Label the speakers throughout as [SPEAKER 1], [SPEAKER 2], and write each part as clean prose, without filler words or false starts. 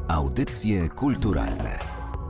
[SPEAKER 1] Audycje kulturalne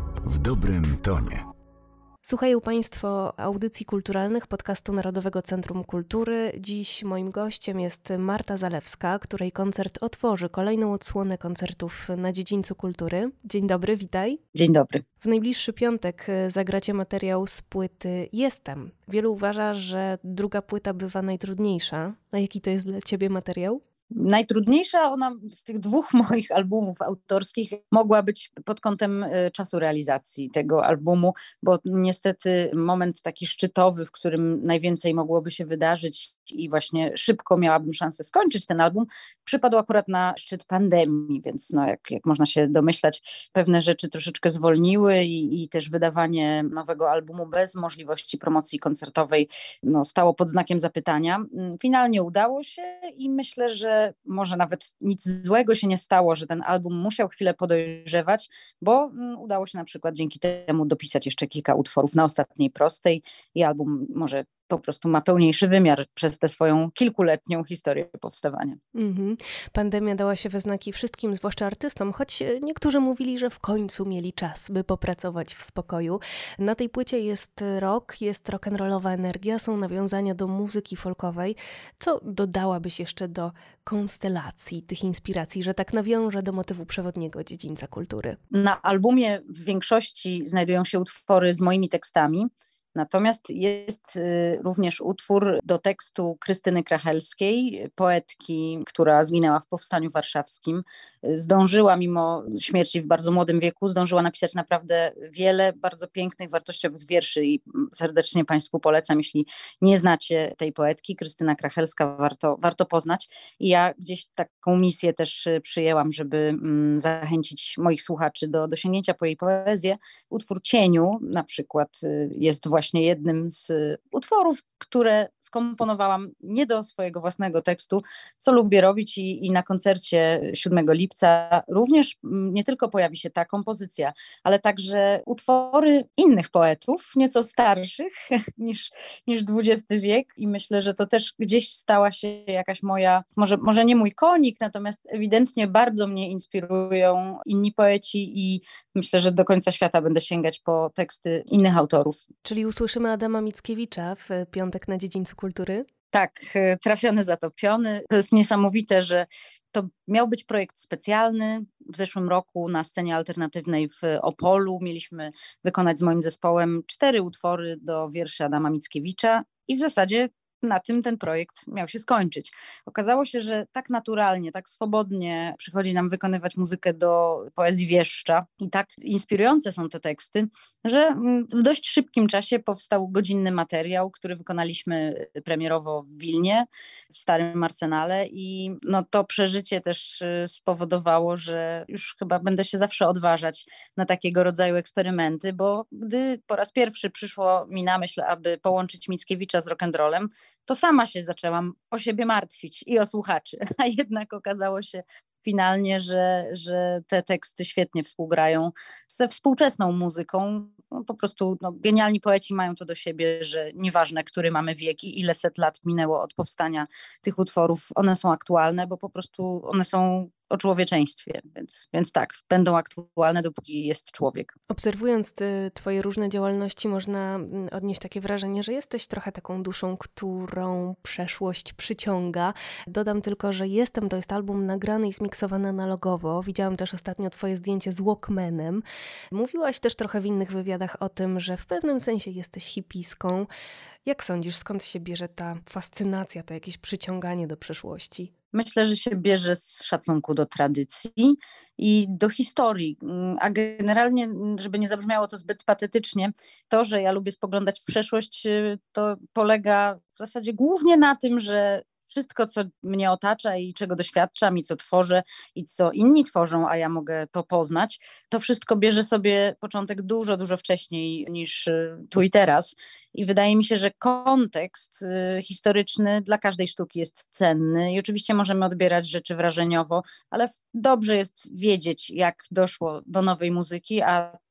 [SPEAKER 1] w dobrym tonie.
[SPEAKER 2] Słuchają Państwo audycji kulturalnych podcastu Narodowego Centrum Kultury. Dziś moim gościem jest Marta Zalewska, której koncert otworzy kolejną odsłonę koncertów na dziedzińcu kultury. Dzień dobry, witaj.
[SPEAKER 3] Dzień dobry.
[SPEAKER 2] W najbliższy piątek zagracie materiał z płyty Jestem. Wielu uważa, że druga płyta bywa najtrudniejsza. A jaki to jest dla Ciebie materiał?
[SPEAKER 3] Najtrudniejsza ona z tych dwóch moich albumów autorskich mogła być pod kątem czasu realizacji tego albumu, bo niestety moment taki szczytowy, w którym najwięcej mogłoby się wydarzyć i właśnie szybko miałabym szansę skończyć ten album, przypadł akurat na szczyt pandemii, więc jak można się domyślać, pewne rzeczy troszeczkę zwolniły i też wydawanie nowego albumu bez możliwości promocji koncertowej stało pod znakiem zapytania. Finalnie udało się i myślę, że może nawet nic złego się nie stało, że ten album musiał chwilę podojrzewać, bo udało się na przykład dzięki temu dopisać jeszcze kilka utworów na ostatniej prostej i album może po prostu ma pełniejszy wymiar przez tę swoją kilkuletnią historię powstawania.
[SPEAKER 2] Pandemia dała się we znaki wszystkim, zwłaszcza artystom, choć niektórzy mówili, że w końcu mieli czas, by popracować w spokoju. Na tej płycie jest rock, jest rock'n'rollowa energia, są nawiązania do muzyki folkowej. Co dodałabyś jeszcze do konstelacji tych inspiracji, że tak nawiążę do motywu przewodniego dziedzińca kultury?
[SPEAKER 3] Na albumie w większości znajdują się utwory z moimi tekstami. Natomiast jest również utwór do tekstu Krystyny Krachelskiej, poetki, która zginęła w Powstaniu Warszawskim. Zdążyła, mimo śmierci w bardzo młodym wieku, zdążyła napisać naprawdę wiele bardzo pięknych, wartościowych wierszy i serdecznie Państwu polecam, jeśli nie znacie tej poetki. Krystyna Krachelska warto poznać. I ja gdzieś taką misję też przyjęłam, żeby zachęcić moich słuchaczy do sięgnięcia po jej poezję. Utwór Cieniu na przykład jest właśnie jednym z utworów, które skomponowałam nie do swojego własnego tekstu, co lubię robić i na koncercie 7 lipca również nie tylko pojawi się ta kompozycja, ale także utwory innych poetów, nieco starszych niż XX wiek i myślę, że to też gdzieś stała się jakaś moja, może nie mój konik, natomiast ewidentnie bardzo mnie inspirują inni poeci i myślę, że do końca świata będę sięgać po teksty innych autorów.
[SPEAKER 2] Czyli usłyszymy Adama Mickiewicza w piątek na dziedzińcu kultury?
[SPEAKER 3] Tak, Trafiony, zatopiony. To jest niesamowite, że to miał być projekt specjalny. W zeszłym roku na scenie alternatywnej w Opolu mieliśmy wykonać z moim zespołem 4 utwory do wierszy Adama Mickiewicza i w zasadzie na tym ten projekt miał się skończyć. Okazało się, że tak naturalnie, tak swobodnie przychodzi nam wykonywać muzykę do poezji wieszcza i tak inspirujące są te teksty, że w dość szybkim czasie powstał godzinny materiał, który wykonaliśmy premierowo w Wilnie, w Starym Arsenale i to przeżycie też spowodowało, że już chyba będę się zawsze odważać na takiego rodzaju eksperymenty, bo gdy po raz pierwszy przyszło mi na myśl, aby połączyć Mickiewicza z rock'n'rollem, to sama się zaczęłam o siebie martwić i o słuchaczy, a jednak okazało się finalnie, że te teksty świetnie współgrają ze współczesną muzyką. Po prostu genialni poeci mają to do siebie, że nieważne, który mamy wiek i ile set lat minęło od powstania tych utworów, one są aktualne, bo po prostu one są o człowieczeństwie, więc tak, będą aktualne, dopóki jest człowiek.
[SPEAKER 2] Obserwując Twoje różne działalności, można odnieść takie wrażenie, że jesteś trochę taką duszą, którą przeszłość przyciąga. Dodam tylko, że to jest album nagrany i zmiksowany analogowo. Widziałam też ostatnio Twoje zdjęcie z Walkmanem. Mówiłaś też trochę w innych wywiadach o tym, że w pewnym sensie jesteś hipiską. Jak sądzisz, skąd się bierze ta fascynacja, to jakieś przyciąganie do przeszłości?
[SPEAKER 3] Myślę, że się bierze z szacunku do tradycji i do historii, a generalnie, żeby nie zabrzmiało to zbyt patetycznie, to, że ja lubię spoglądać w przeszłość, to polega w zasadzie głównie na tym, że wszystko, co mnie otacza i czego doświadczam i co tworzę i co inni tworzą, a ja mogę to poznać, to wszystko bierze sobie początek dużo, dużo wcześniej niż tu i teraz. I wydaje mi się, że kontekst historyczny dla każdej sztuki jest cenny i oczywiście możemy odbierać rzeczy wrażeniowo, ale dobrze jest wiedzieć, jak doszło do nowej muzyki, a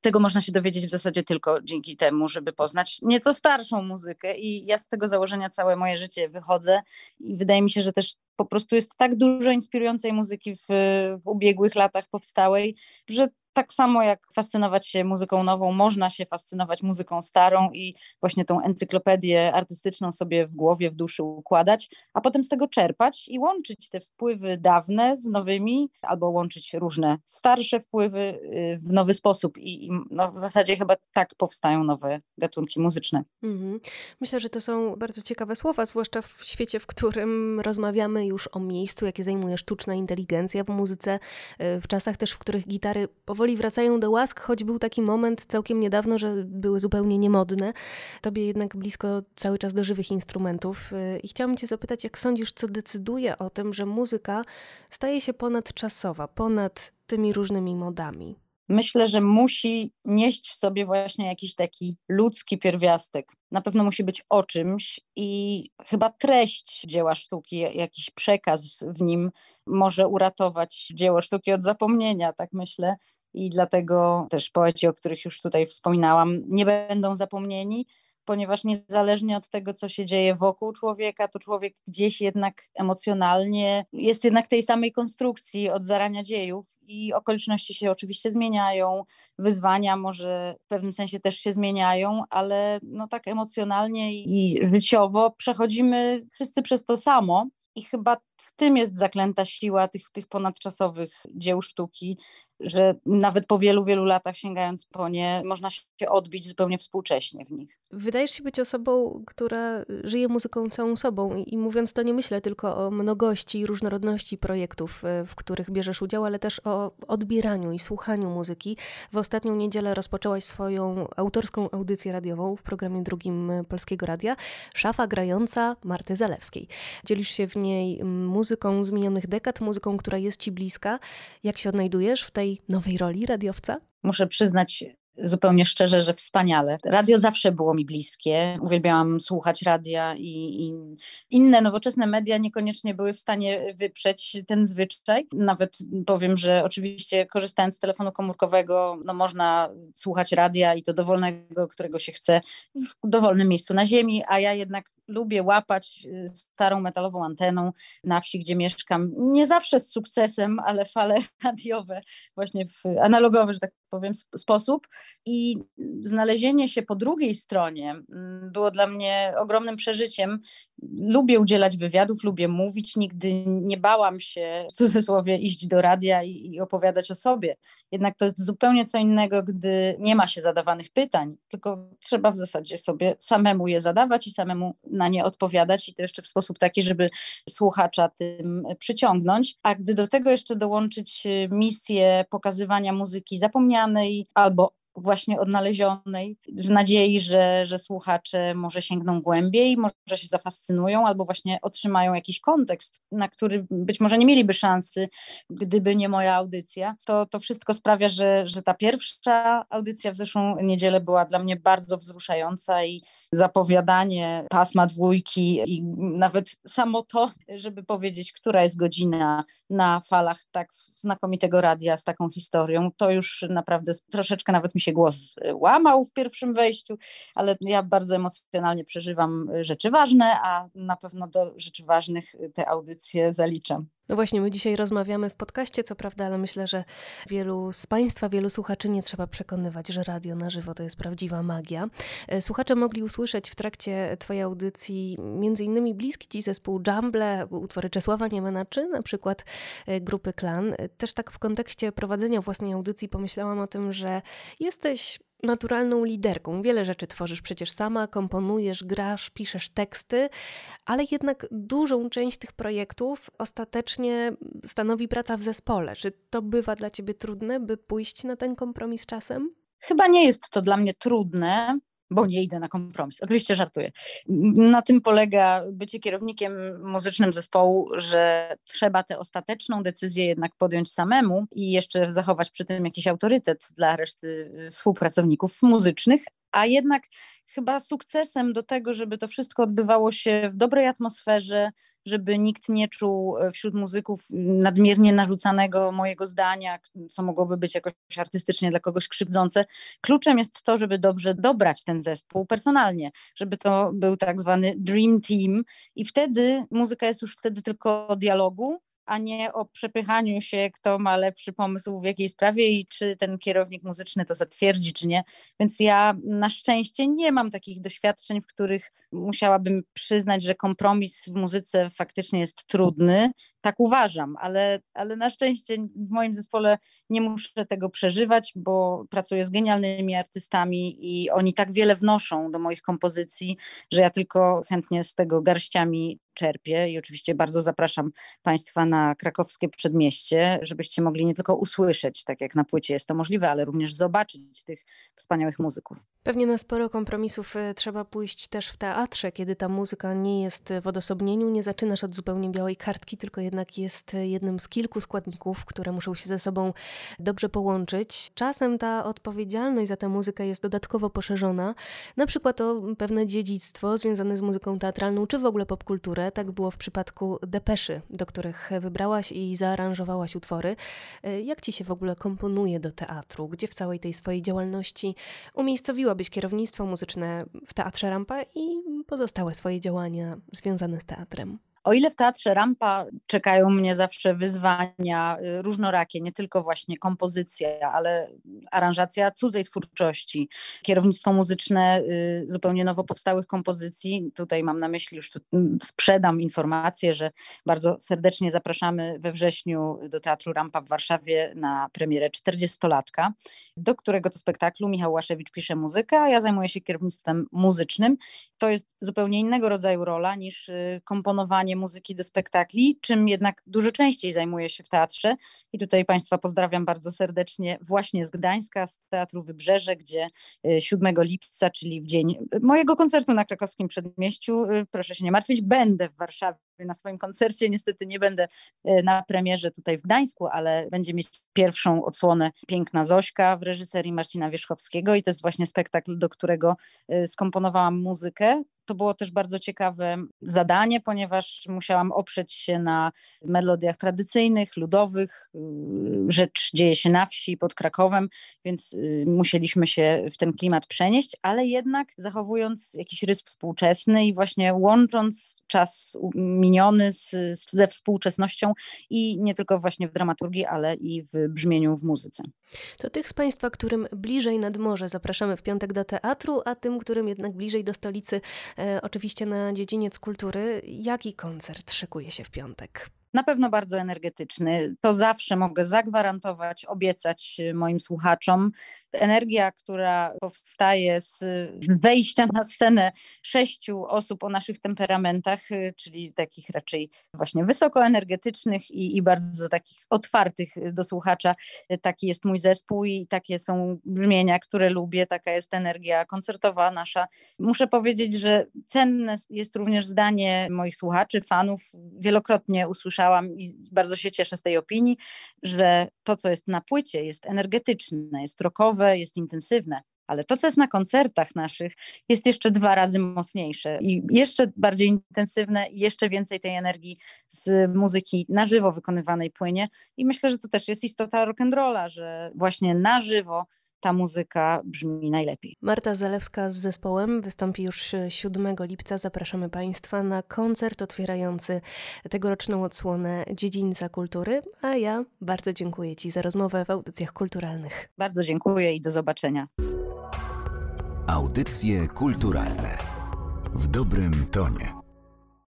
[SPEAKER 3] tego można się dowiedzieć w zasadzie tylko dzięki temu, żeby poznać nieco starszą muzykę i ja z tego założenia całe moje życie wychodzę i wydaje mi się, że też po prostu jest tak dużo inspirującej muzyki w ubiegłych latach powstałej, że tak samo jak fascynować się muzyką nową, można się fascynować muzyką starą i właśnie tą encyklopedię artystyczną sobie w głowie, w duszy układać, a potem z tego czerpać i łączyć te wpływy dawne z nowymi, albo łączyć różne starsze wpływy w nowy sposób. I no, w zasadzie chyba tak powstają nowe gatunki muzyczne.
[SPEAKER 2] Myślę, że to są bardzo ciekawe słowa, zwłaszcza w świecie, w którym rozmawiamy już o miejscu, jakie zajmuje sztuczna inteligencja w muzyce, w czasach też, w których gitary powoli wracają do łask, choć był taki moment całkiem niedawno, że były zupełnie niemodne. Tobie jednak blisko cały czas do żywych instrumentów. I chciałam cię zapytać, jak sądzisz, co decyduje o tym, że muzyka staje się ponadczasowa, ponad tymi różnymi modami?
[SPEAKER 3] Myślę, że musi nieść w sobie właśnie jakiś taki ludzki pierwiastek. Na pewno musi być o czymś i chyba treść dzieła sztuki, jakiś przekaz w nim może uratować dzieło sztuki od zapomnienia, tak myślę. I dlatego też poeci, o których już tutaj wspominałam, nie będą zapomnieni, ponieważ niezależnie od tego, co się dzieje wokół człowieka, to człowiek gdzieś jednak emocjonalnie jest jednak tej samej konstrukcji od zarania dziejów i okoliczności się oczywiście zmieniają, wyzwania może w pewnym sensie też się zmieniają, ale no tak emocjonalnie i życiowo przechodzimy wszyscy przez to samo. I chyba w tym jest zaklęta siła tych ponadczasowych dzieł sztuki, że nawet po wielu, wielu latach sięgając po nie, można się odbić zupełnie współcześnie w nich.
[SPEAKER 2] Wydajesz się być osobą, która żyje muzyką całą sobą i mówiąc to nie myślę tylko o mnogości i różnorodności projektów, w których bierzesz udział, ale też o odbieraniu i słuchaniu muzyki. W ostatnią niedzielę rozpoczęłaś swoją autorską audycję radiową w programie drugim Polskiego Radia, Szafa grająca Marty Zalewskiej. Dzielisz się w niej muzyką z minionych dekad, muzyką, która jest ci bliska. Jak się odnajdujesz w tej nowej roli radiowca?
[SPEAKER 3] Muszę przyznać zupełnie szczerze, że wspaniale. Radio zawsze było mi bliskie. Uwielbiałam słuchać radia i inne nowoczesne media niekoniecznie były w stanie wyprzeć ten zwyczaj. Nawet powiem, że oczywiście korzystając z telefonu komórkowego, no można słuchać radia i to dowolnego, którego się chce w dowolnym miejscu na ziemi, a ja jednak lubię łapać starą metalową anteną na wsi, gdzie mieszkam. Nie zawsze z sukcesem, ale fale radiowe właśnie w analogowy, że tak powiem, sposób. I znalezienie się po drugiej stronie było dla mnie ogromnym przeżyciem. Lubię udzielać wywiadów, lubię mówić. Nigdy nie bałam się, w cudzysłowie, iść do radia i opowiadać o sobie. Jednak to jest zupełnie co innego, gdy nie ma się zadawanych pytań, tylko trzeba w zasadzie sobie samemu je zadawać i samemu na nie odpowiadać i to jeszcze w sposób taki, żeby słuchacza tym przyciągnąć. A gdy do tego jeszcze dołączyć misję pokazywania muzyki zapomnianej albo właśnie odnalezionej, w nadziei, że słuchacze może sięgną głębiej, może się zafascynują albo właśnie otrzymają jakiś kontekst, na który być może nie mieliby szansy, gdyby nie moja audycja. To wszystko sprawia, że ta pierwsza audycja w zeszłą niedzielę była dla mnie bardzo wzruszająca i zapowiadanie pasma dwójki i nawet samo to, żeby powiedzieć, która jest godzina na falach tak znakomitego radia z taką historią, to już naprawdę troszeczkę nawet mi się głos łamał w pierwszym wejściu, ale ja bardzo emocjonalnie przeżywam rzeczy ważne, a na pewno do rzeczy ważnych te audycje zaliczam.
[SPEAKER 2] No właśnie, my dzisiaj rozmawiamy w podcaście, co prawda, ale myślę, że wielu z Państwa, wielu słuchaczy nie trzeba przekonywać, że radio na żywo to jest prawdziwa magia. Słuchacze mogli usłyszeć w trakcie Twojej audycji m.in. bliski Ci zespół Jumble, utwory Czesława Niemena, czy na przykład grupy Klan. Też tak w kontekście prowadzenia własnej audycji pomyślałam o tym, że jesteś naturalną liderką. Wiele rzeczy tworzysz przecież sama, komponujesz, grasz, piszesz teksty, ale jednak dużą część tych projektów ostatecznie stanowi praca w zespole. Czy to bywa dla Ciebie trudne, by pójść na ten kompromis czasem?
[SPEAKER 3] Chyba nie jest to dla mnie trudne, bo nie idę na kompromis. Oczywiście żartuję. Na tym polega bycie kierownikiem muzycznym zespołu, że trzeba tę ostateczną decyzję jednak podjąć samemu i jeszcze zachować przy tym jakiś autorytet dla reszty współpracowników muzycznych, a jednak chyba sukcesem do tego, żeby to wszystko odbywało się w dobrej atmosferze, żeby nikt nie czuł wśród muzyków nadmiernie narzucanego mojego zdania, co mogłoby być jakoś artystycznie dla kogoś krzywdzące. Kluczem jest to, żeby dobrze dobrać ten zespół personalnie, żeby to był tak zwany dream team i wtedy muzyka jest już wtedy tylko o dialogu, a nie o przepychaniu się, kto ma lepszy pomysł w jakiej sprawie i czy ten kierownik muzyczny to zatwierdzi, czy nie. Więc ja na szczęście nie mam takich doświadczeń, w których musiałabym przyznać, że kompromis w muzyce faktycznie jest trudny. Tak uważam, ale na szczęście w moim zespole nie muszę tego przeżywać, bo pracuję z genialnymi artystami i oni tak wiele wnoszą do moich kompozycji, że ja tylko chętnie z tego garściami czerpię i oczywiście bardzo zapraszam Państwa na krakowskie Przedmieście, żebyście mogli nie tylko usłyszeć, tak jak na płycie jest to możliwe, ale również zobaczyć tych wspaniałych muzyków.
[SPEAKER 2] Pewnie na sporo kompromisów trzeba pójść też w teatrze, kiedy ta muzyka nie jest w odosobnieniu, nie zaczynasz od zupełnie białej kartki, tylko jednak jest jednym z kilku składników, które muszą się ze sobą dobrze połączyć. Czasem ta odpowiedzialność za tę muzykę jest dodatkowo poszerzona, na przykład o pewne dziedzictwo związane z muzyką teatralną, czy w ogóle popkulturę. Tak było w przypadku Depeszy, do których wybrałaś i zaaranżowałaś utwory. Jak ci się w ogóle komponuje do teatru? Gdzie w całej tej swojej działalności umiejscowiłabyś kierownictwo muzyczne w Teatrze Rampa i pozostałe swoje działania związane z teatrem?
[SPEAKER 3] O ile w Teatrze Rampa czekają mnie zawsze wyzwania różnorakie, nie tylko właśnie kompozycja, ale aranżacja cudzej twórczości, kierownictwo muzyczne zupełnie nowo powstałych kompozycji. Tutaj mam na myśli, już tu sprzedam informację, że bardzo serdecznie zapraszamy we wrześniu do Teatru Rampa w Warszawie na premierę 40-latka, do którego to spektaklu Michał Łaszewicz pisze muzykę, a ja zajmuję się kierownictwem muzycznym. To jest zupełnie innego rodzaju rola niż komponowanie muzyki do spektakli, czym jednak dużo częściej zajmuję się w teatrze. I tutaj Państwa pozdrawiam bardzo serdecznie właśnie z Gdańska, z Teatru Wybrzeże, gdzie 7 lipca, czyli w dzień mojego koncertu na krakowskim Przedmieściu, proszę się nie martwić, będę w Warszawie na swoim koncercie. Niestety nie będę na premierze tutaj w Gdańsku, ale będzie mieć pierwszą odsłonę Piękna Zośka w reżyserii Marcina Wierzchowskiego i to jest właśnie spektakl, do którego skomponowałam muzykę. To było też bardzo ciekawe zadanie, ponieważ musiałam oprzeć się na melodiach tradycyjnych, ludowych. Rzecz dzieje się na wsi pod Krakowem, więc musieliśmy się w ten klimat przenieść, ale jednak zachowując jakiś rys współczesny i właśnie łącząc czas miniony ze współczesnością i nie tylko właśnie w dramaturgii, ale i w brzmieniu w muzyce.
[SPEAKER 2] To tych z Państwa, którym bliżej nad morze, zapraszamy w piątek do teatru, a tym, którym jednak bliżej do stolicy, oczywiście na dziedziniec kultury. Jaki koncert szykuje się w piątek?
[SPEAKER 3] Na pewno bardzo energetyczny. To zawsze mogę zagwarantować, obiecać moim słuchaczom. Energia, która powstaje z wejścia na scenę 6 osób o naszych temperamentach, czyli takich raczej właśnie wysokoenergetycznych i bardzo takich otwartych do słuchacza. Taki jest mój zespół i takie są brzmienia, które lubię. Taka jest energia koncertowa nasza. Muszę powiedzieć, że cenne jest również zdanie moich słuchaczy, fanów. Wielokrotnie usłyszałam i bardzo się cieszę z tej opinii, że to, co jest na płycie, jest energetyczne, jest rockowe, jest intensywne, ale to, co jest na koncertach naszych, jest jeszcze 2 razy mocniejsze i jeszcze bardziej intensywne i jeszcze więcej tej energii z muzyki na żywo wykonywanej płynie i myślę, że to też jest istota rock'n'rolla, że właśnie na żywo ta muzyka brzmi najlepiej.
[SPEAKER 2] Marta Zalewska z zespołem wystąpi już 7 lipca. Zapraszamy Państwa na koncert otwierający tegoroczną odsłonę Dziedzińca Kultury, a ja bardzo dziękuję Ci za rozmowę w Audycjach Kulturalnych.
[SPEAKER 3] Bardzo dziękuję i do zobaczenia.
[SPEAKER 1] Audycje kulturalne w dobrym tonie.